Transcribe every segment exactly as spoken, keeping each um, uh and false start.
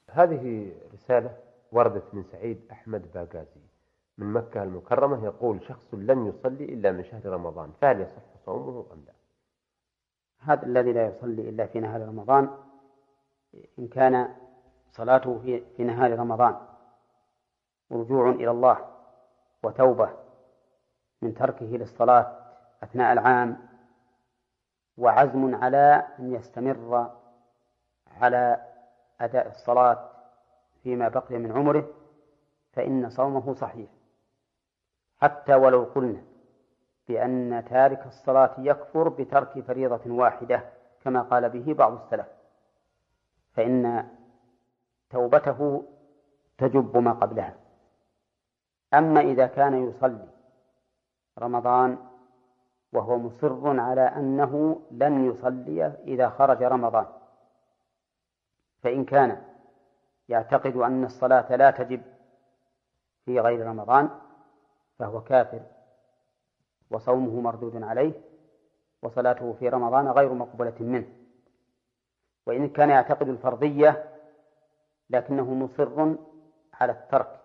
هذه رسالة وردت من سعيد أحمد باقازي من مكة المكرمة، يقول: شخص لن يصلي إلا من شهر رمضان، فهل يصح صومه أم لا؟ هذا الذي لا يصلي إلا في نهار رمضان، إن كان صلاته في, في نهار رمضان رجوع إلى الله وتوبة من تركه للصلاة أثناء العام، وعزم على أن يستمر على أداء الصلاة فيما بقي من عمره، فإن صومه صحيح، حتى ولو قلنا بأن تارك الصلاة يكفر بترك فريضة واحدة كما قال به بعض السلف، فإن توبته تجب ما قبلها. أما إذا كان يصلي رمضان وهو مصر على أنه لن يصلي إذا خرج رمضان، فإن كان يعتقد أن الصلاة لا تجب في غير رمضان فهو كافر وصومه مردود عليه، وصلاته في رمضان غير مقبولة منه. وإن كان يعتقد الفرضية لكنه مصر على الترك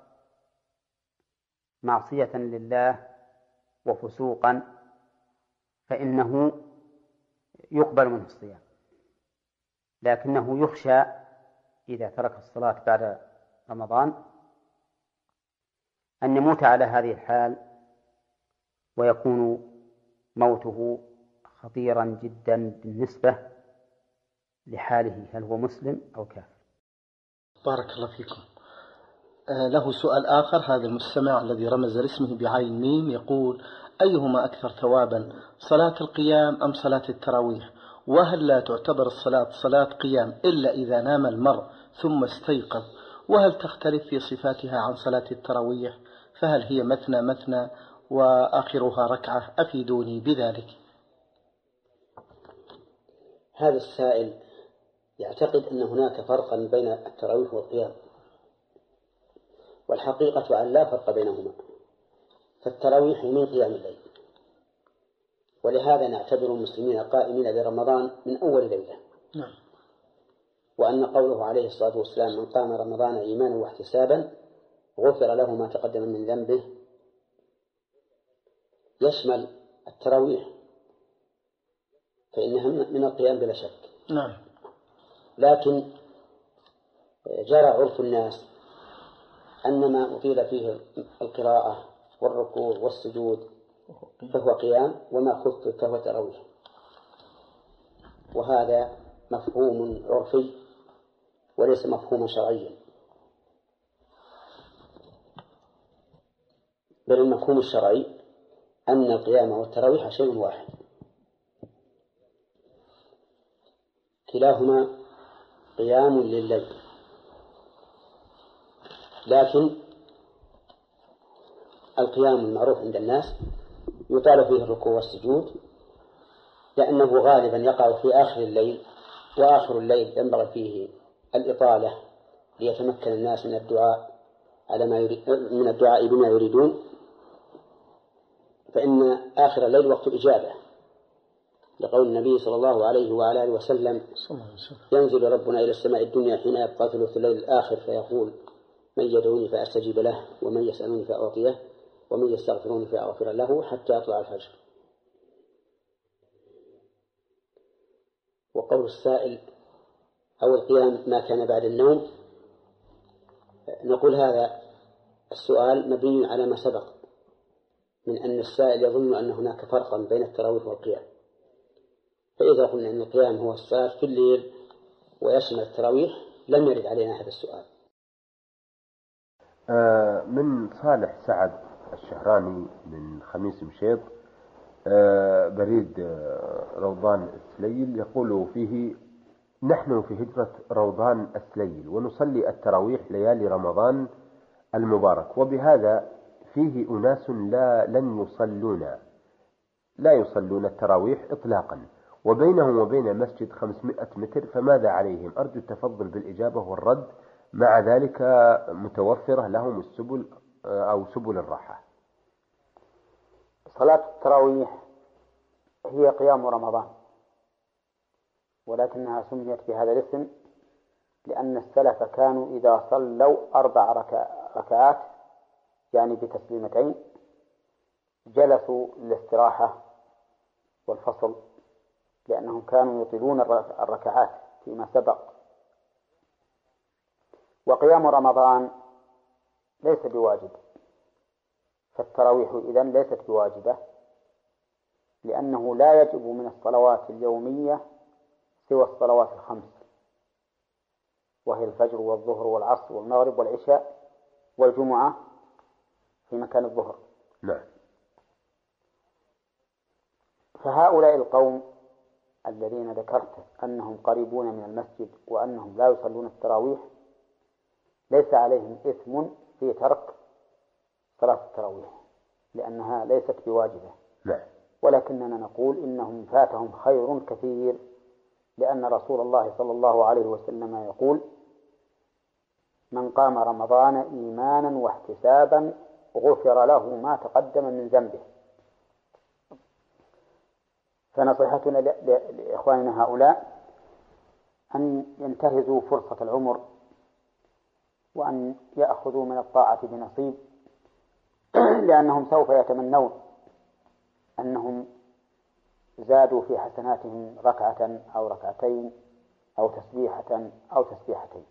معصية لله وفسوقا، فإنه يقبل منه الصيام، لكنه يخشى إذا ترك الصلاة بعد رمضان أن يموت على هذه الحال، ويكون موته خطيرا جدا بالنسبة لحاله، هل هو مسلم أو كافر. بارك الله فيكم. آه له سؤال آخر. هذا المستمع الذي رمز لاسمه بعين ميم يقول: أيهما أكثر ثوابا، صلاة القيام أم صلاة التراويح؟ وهل لا تعتبر الصلاة صلاة قيام إلا إذا نام المرء ثم استيقظ؟ وهل تختلف في صفاتها عن صلاة التراويح؟ فهل هي مثنى مثنى وآخرها ركعة؟ أفيدوني بذلك. هذا السائل يعتقد أن هناك فرقا بين التراويح والقيام، والحقيقة أن لا فرق بينهما، فالتراويح من قيام الليل، ولهذا نعتبر المسلمين قائمين برمضان من أول ليلة. نعم. وأن قوله عليه الصلاة والسلام: من قام رمضان إيمانا واحتسابا غفر له ما تقدم من ذنبه، يشمل التراويح، فإنها من القيام بلا شك. نعم. لكن جرى عرف الناس أن ما أطيل فيه القراءة والركوع والسجود فهو قيام، وما خفف فهو تراويح، وهذا مفهوم عرفي وليس مفهوما شرعيا، بل المفهوم الشرعي أن القيام والتراويح شيء واحد، كلاهما قيام لليل، لكن القيام المعروف عند الناس يطال فيه الركوع والسجود، لأنه غالبا يقع في آخر الليل، وآخر الليل ينبغي فيه الإطالة ليتمكن الناس من الدعاء على ما يريد من الدعاء بما يريدون، فإن آخر الليل وقت الإجابة، لقول النبي صلى الله عليه وعلى آله وسلم: ينزل ربنا إلى السماء الدنيا حين يبقى ثلث الليل الآخر فيقول: من يدعوني فأستجيب له، ومن يسألوني فأعطيه، ومن يستغفروني فأغفر له، حتى يطلع الفجر. وقول السائل: أو القيام ما كان بعد النوم، نقول هذا السؤال مبني على ما سبق من أن السائل يظن أن هناك فرقا بين التراويح والقيام، فإذا قلنا أن القيام هو الصلاة في الليل ويشمل التراويح لم يرد علينا هذا السؤال. آه من صالح سعد الشهراني من خميس مشيط، آه بريد آه روضان السليل، يقول فيه: نحن في هجرة روضان السليل ونصلي التراويح ليالي رمضان المبارك، وبهذا فيه أناس لا لن يصلون لا يصلون التراويح إطلاقا، وبينهم وبين مسجد خمسمائة متر، فماذا عليهم؟ أرجو التفضل بالإجابة والرد، مع ذلك متوفرة لهم السبل أو سبل الراحة. صلاة التراويح هي قيام رمضان، ولكنها سميت بهذا الاسم لأن السلف كانوا إذا صلوا أربع ركعات يعني بتسليمتين جلسوا للاستراحة والفصل، لأنهم كانوا يطيلون الركعات فيما سبق. وقيام رمضان ليس بواجب، فالتراويح إذن ليست بواجبة، لأنه لا يجب من الصلوات اليومية سوى الصلوات الخمس، وهي الفجر والظهر والعصر والمغرب والعشاء والجمعة في مكان الظهر. نعم. فهؤلاء القوم الذين ذكرت أنهم قريبون من المسجد وأنهم لا يصلون التراويح ليس عليهم إثم في ترك صلاة التراويح، لأنها ليست بواجبة. نعم. ولكننا نقول إنهم فاتهم خير كثير، لأن رسول الله صلى الله عليه وسلم يقول: من قام رمضان إيمانا واحتسابا غفر له ما تقدم من ذنبه. فنصيحتنا لإخواننا هؤلاء أن ينتهزوا فرصة العمر وأن يأخذوا من الطاعة بنصيب، لأنهم سوف يتمنون أنهم زادوا في حسناتهم ركعة أو ركعتين أو تسبيحة أو تسبيحتين،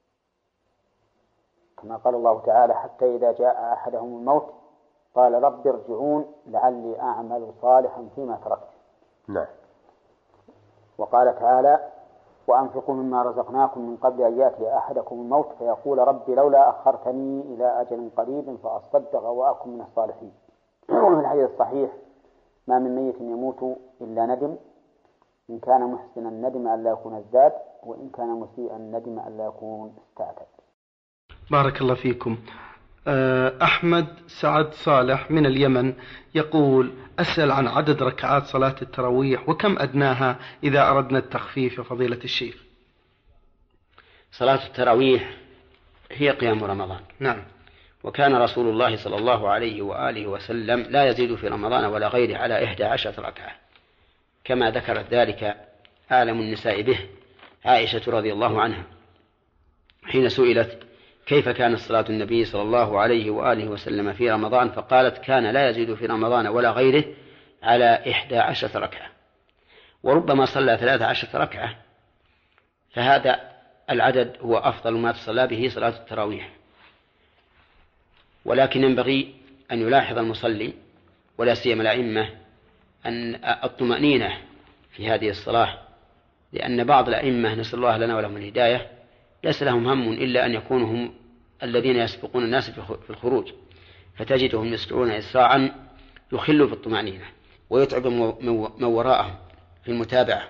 كما قال الله تعالى: حتى إذا جاء أحدهم الموت قال رب ارجعون لعلي أعمل صالحا فيما تركت. نعم. وقال تعالى: وأنفقوا مما رزقناكم من قبل أن يأتي أحدكم الموت فيقول رب لولا أخرتني إلى أجل قريب فأصدق وأكن من الصالحين. وفي الحديث الصحيح: ما من ميت يموت إلا ندم، إن كان محسنا ندم أن لا يكون ازداد، وإن كان مسيئا ندم أن لا يكون استعتد. بارك الله فيكم. أحمد سعد صالح من اليمن يقول: أسأل عن عدد ركعات صلاة التراويح وكم أدناها إذا أردنا التخفيف يا فضيلة الشيخ؟ صلاة التراويح هي قيام رمضان. نعم. وكان رسول الله صلى الله عليه وآله وسلم لا يزيد في رمضان ولا غيره على إحدى عشرة ركعة، كما ذكرت ذلك أعلم النساء به عائشة رضي الله عنها حين سئلت كيف كانت صلاة النبي صلى الله عليه وآله وسلم في رمضان، فقالت: كان لا يزيد في رمضان ولا غيره على إحدى عشرة ركعة، وربما صلى ثلاث عشرة ركعة، فهذا العدد هو أفضل ما تصلى به صلاة التراويح. ولكن ينبغي أن يلاحظ المصلي ولا سيما الأئمة أن الطمأنينة في هذه الصلاة، لأن بعض الأئمة نسأل الله لنا ولهم الهداية ليس لهم هم إلا أن يكونوا هم الذين يسبقون الناس في الخروج، فتجدهم يسرعون إسراعا يخل في الطمأنينة ويتعب من وراءهم في المتابعة.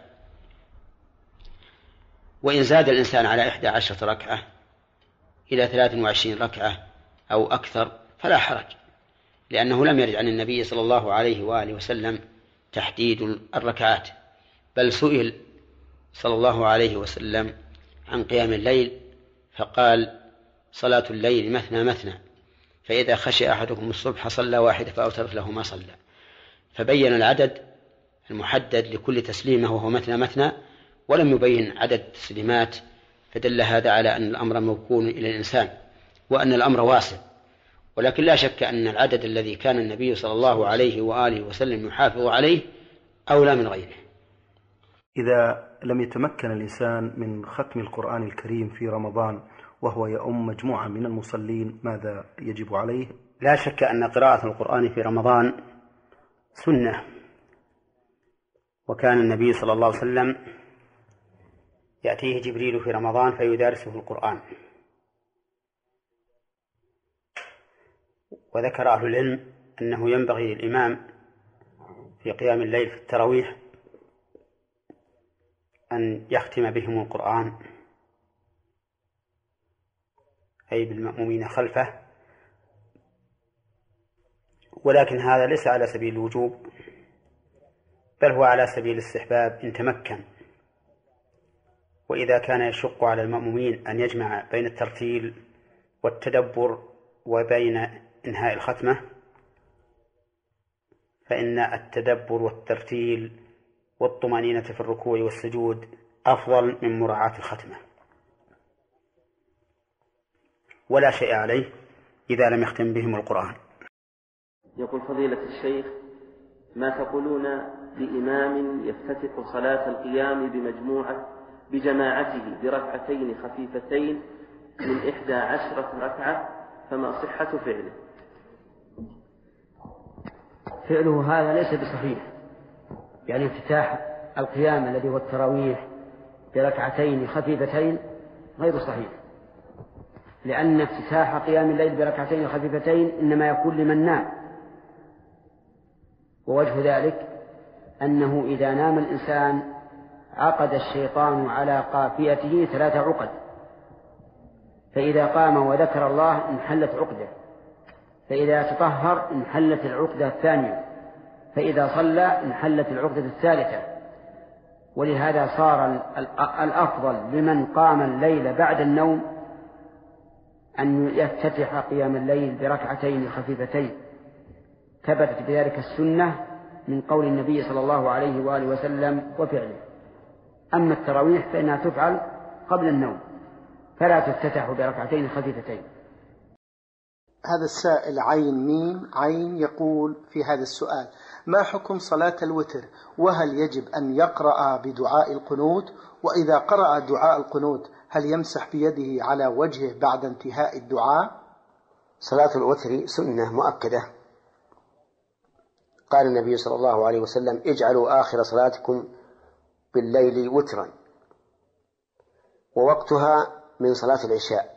وإن زاد الإنسان على إحدى عشرة ركعة إلى ثلاث وعشرين ركعة أو أكثر فلا حرج، لأنه لم يرد عن النبي صلى الله عليه وآله وسلم تحديد الركعات، بل سئل صلى الله عليه وسلم عن قيام الليل فقال: صلاة الليل مثنى مثنى، فإذا خشي أحدكم الصبح صلى واحدة فأوترت له ما صلى، فبين العدد المحدد لكل تسليمة وهو مثنى مثنى، ولم يبين عدد التسليمات، فدل هذا على أن الأمر موكول إلى الإنسان وأن الأمر واسع. ولكن لا شك أن العدد الذي كان النبي صلى الله عليه وآله وسلم يحافظ عليه أولى من غيره. إذا لم يتمكن الإنسان من ختم القرآن الكريم في رمضان وهو يؤم مجموعة من المصلين ماذا يجب عليه؟ لا شك أن قراءة القرآن في رمضان سنة، وكان النبي صلى الله عليه وسلم يأتيه جبريل في رمضان فيدارسه القرآن. وذكر أهل العلم أنه ينبغي للإمام في قيام الليل في التراويح أن يختم بهم القرآن، أي بالمأمومين خلفه، ولكن هذا ليس على سبيل الوجوب، بل هو على سبيل الاستحباب إن تمكن. وإذا كان يشق على المأمومين أن يجمع بين الترتيل والتدبر وبين إنهاء الختمة، فإن التدبر والترتيل والطمأنينة في الركوع والسجود أفضل من مراعاة الختمة. ولا شيء عليه إذا لم يختم بهم القرآن. يقول فضيلة الشيخ: ما تقولون لإمام يفتتح صلاة القيام بمجموعة بجماعته بركعتين خفيفتين من إحدى عشرة ركعة، فما صحة فعله؟ فعله هذا ليس بصحيح، يعني افتتاح القيام الذي هو التراويح بركعتين خفيفتين غير صحيح، لأن افتتاح قيام الليل بركعتين خفيفتين إنما يكون لمن نام، ووجه ذلك أنه إذا نام الإنسان عقد الشيطان على قافيته ثلاث عقد، فإذا قام وذكر الله انحلت عقده، فإذا تطهر انحلت العقدة الثانية، فإذا صلى انحلت العقدة الثالثة. ولهذا صار الأفضل لمن قام الليل بعد النوم أن يفتتح قيام الليل بركعتين خفيفتين، ثبتت بذلك السنة من قول النبي صلى الله عليه وآله وسلم وفعله. أما التراويح فإنها تفعل قبل النوم، فلا تفتتح بركعتين خفيفتين. هذا السائل عين ميم عين يقول في هذا السؤال: ما حكم صلاة الوتر؟ وهل يجب أن يقرأ بدعاء القنوت؟ وإذا قرأ دعاء القنوت هل يمسح بيده على وجهه بعد انتهاء الدعاء؟ صلاة الوتر سنة مؤكدة، قال النبي صلى الله عليه وسلم: اجعلوا آخر صلاتكم بالليل وترا، ووقتها من صلاة العشاء،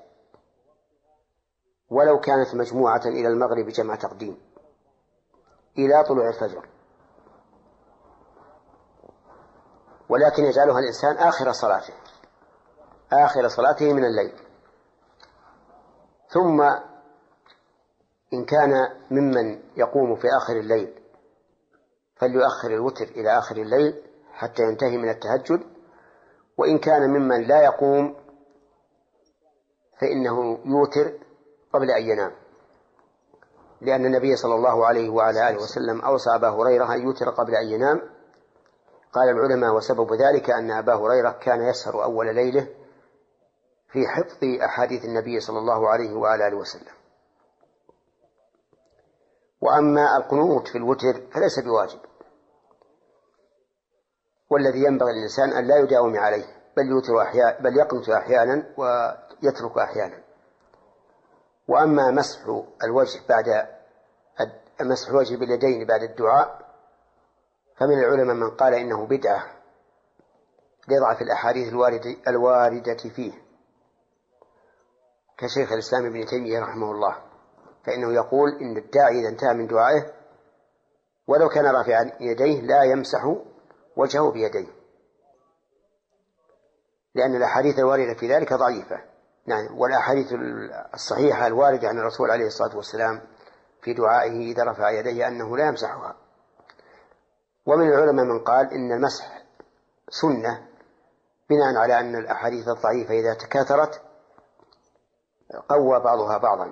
ولو كانت مجموعة إلى المغرب جمع تقديم إلى طلوع الفجر، ولكن يجعلها الإنسان آخر صلاته آخر صلاته من الليل. ثم إن كان ممن يقوم في آخر الليل فليؤخر الوتر إلى آخر الليل حتى ينتهي من التهجد، وإن كان ممن لا يقوم فإنه يوتر قبل أن ينام، لأن النبي صلى الله عليه وعلى آله وسلم أوصى أبا هريرة أن يوتر قبل أن ينام. قال العلماء: وسبب ذلك أن أبا هريرة كان يسهر أول ليله في حفظ أحاديث النبي صلى الله عليه وعلى آله وسلم. وأما القنوت في الوتر فليس بواجب، والذي ينبغي للإنسان أن لا يداوم عليه، بل يوتر أحيانا، بل يقنت أحيانا ويترك أحيانا. وأما مسح الوجه بعد مسح الوجه باليدين بعد الدعاء فمن العلماء من قال إنه بدعة لضعف الأحاديث الواردة فيه، كشيخ الإسلام ابن تيمية رحمه الله، فإنه يقول إن الداعي إذا انتهى من دعائه ولو كان رافعا يديه لا يمسح وجهه بيديه، لأن الأحاديث الواردة في ذلك ضعيفة. نعم، والأحاديث الصحيحة الواردة عن الرسول عليه الصلاة والسلام في دعائه إذا رفع يديه أنه لا يمسحها. ومن العلماء من قال إن المسح سنة بناء على أن الأحاديث الضعيفة إذا تكاثرت قوى بعضها بعضا.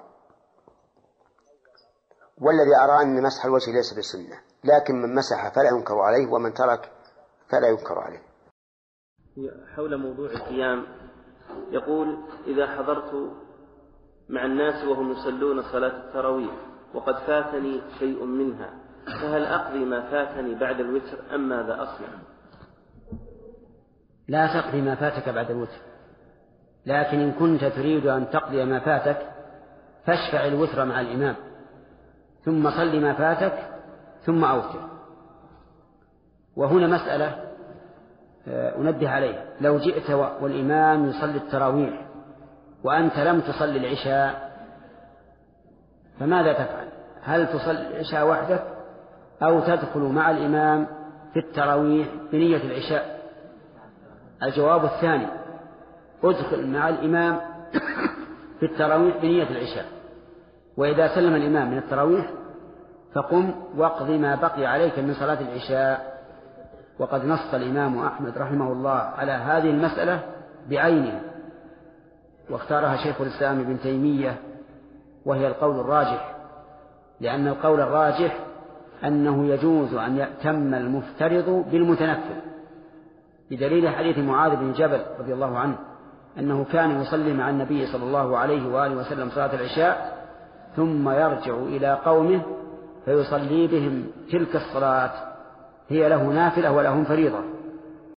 والذي أرى أن مسح الوجه ليس بسنة، لكن من مسح فلا ينكر عليه، ومن ترك فلا ينكر عليه. حول موضوع القيام يقول: إذا حضرت مع الناس وهم يصلون صلاة التراويح وقد فاتني شيء منها، فهل أقضي ما فاتني بعد الوتر أم ماذا أصنع؟ لا تقضي ما فاتك بعد الوتر، لكن إن كنت تريد أن تقضي ما فاتك فاشفع الوتر مع الإمام، ثم صل ما فاتك ثم أوتر. وهنا مسألة أنبه عليها: لو جئت والإمام يصلي التراويح وأنت لم تصلي العشاء فماذا تفعل؟ هل تصلي العشاء وحدك أو تدخل مع الإمام في التراويح بنية العشاء؟ الجواب الثاني: ادخل مع الإمام في التراويح بنية العشاء، وإذا سلم الإمام من التراويح فقم واقض ما بقي عليك من صلاة العشاء. وقد نص الإمام أحمد رحمه الله على هذه المسألة بعينها، واختارها شيخ الإسلام ابن تيمية، وهي القول الراجح، لأن القول الراجح أنه يجوز أن يأتم المفترض بالمتنفل، بدليل حديث معاذ بن جبل رضي الله عنه أنه كان يصلي مع النبي صلى الله عليه وآله وسلم صلاة العشاء ثم يرجع إلى قومه فيصلي بهم تلك الصلاة، هي له نافلة ولهم فريضة.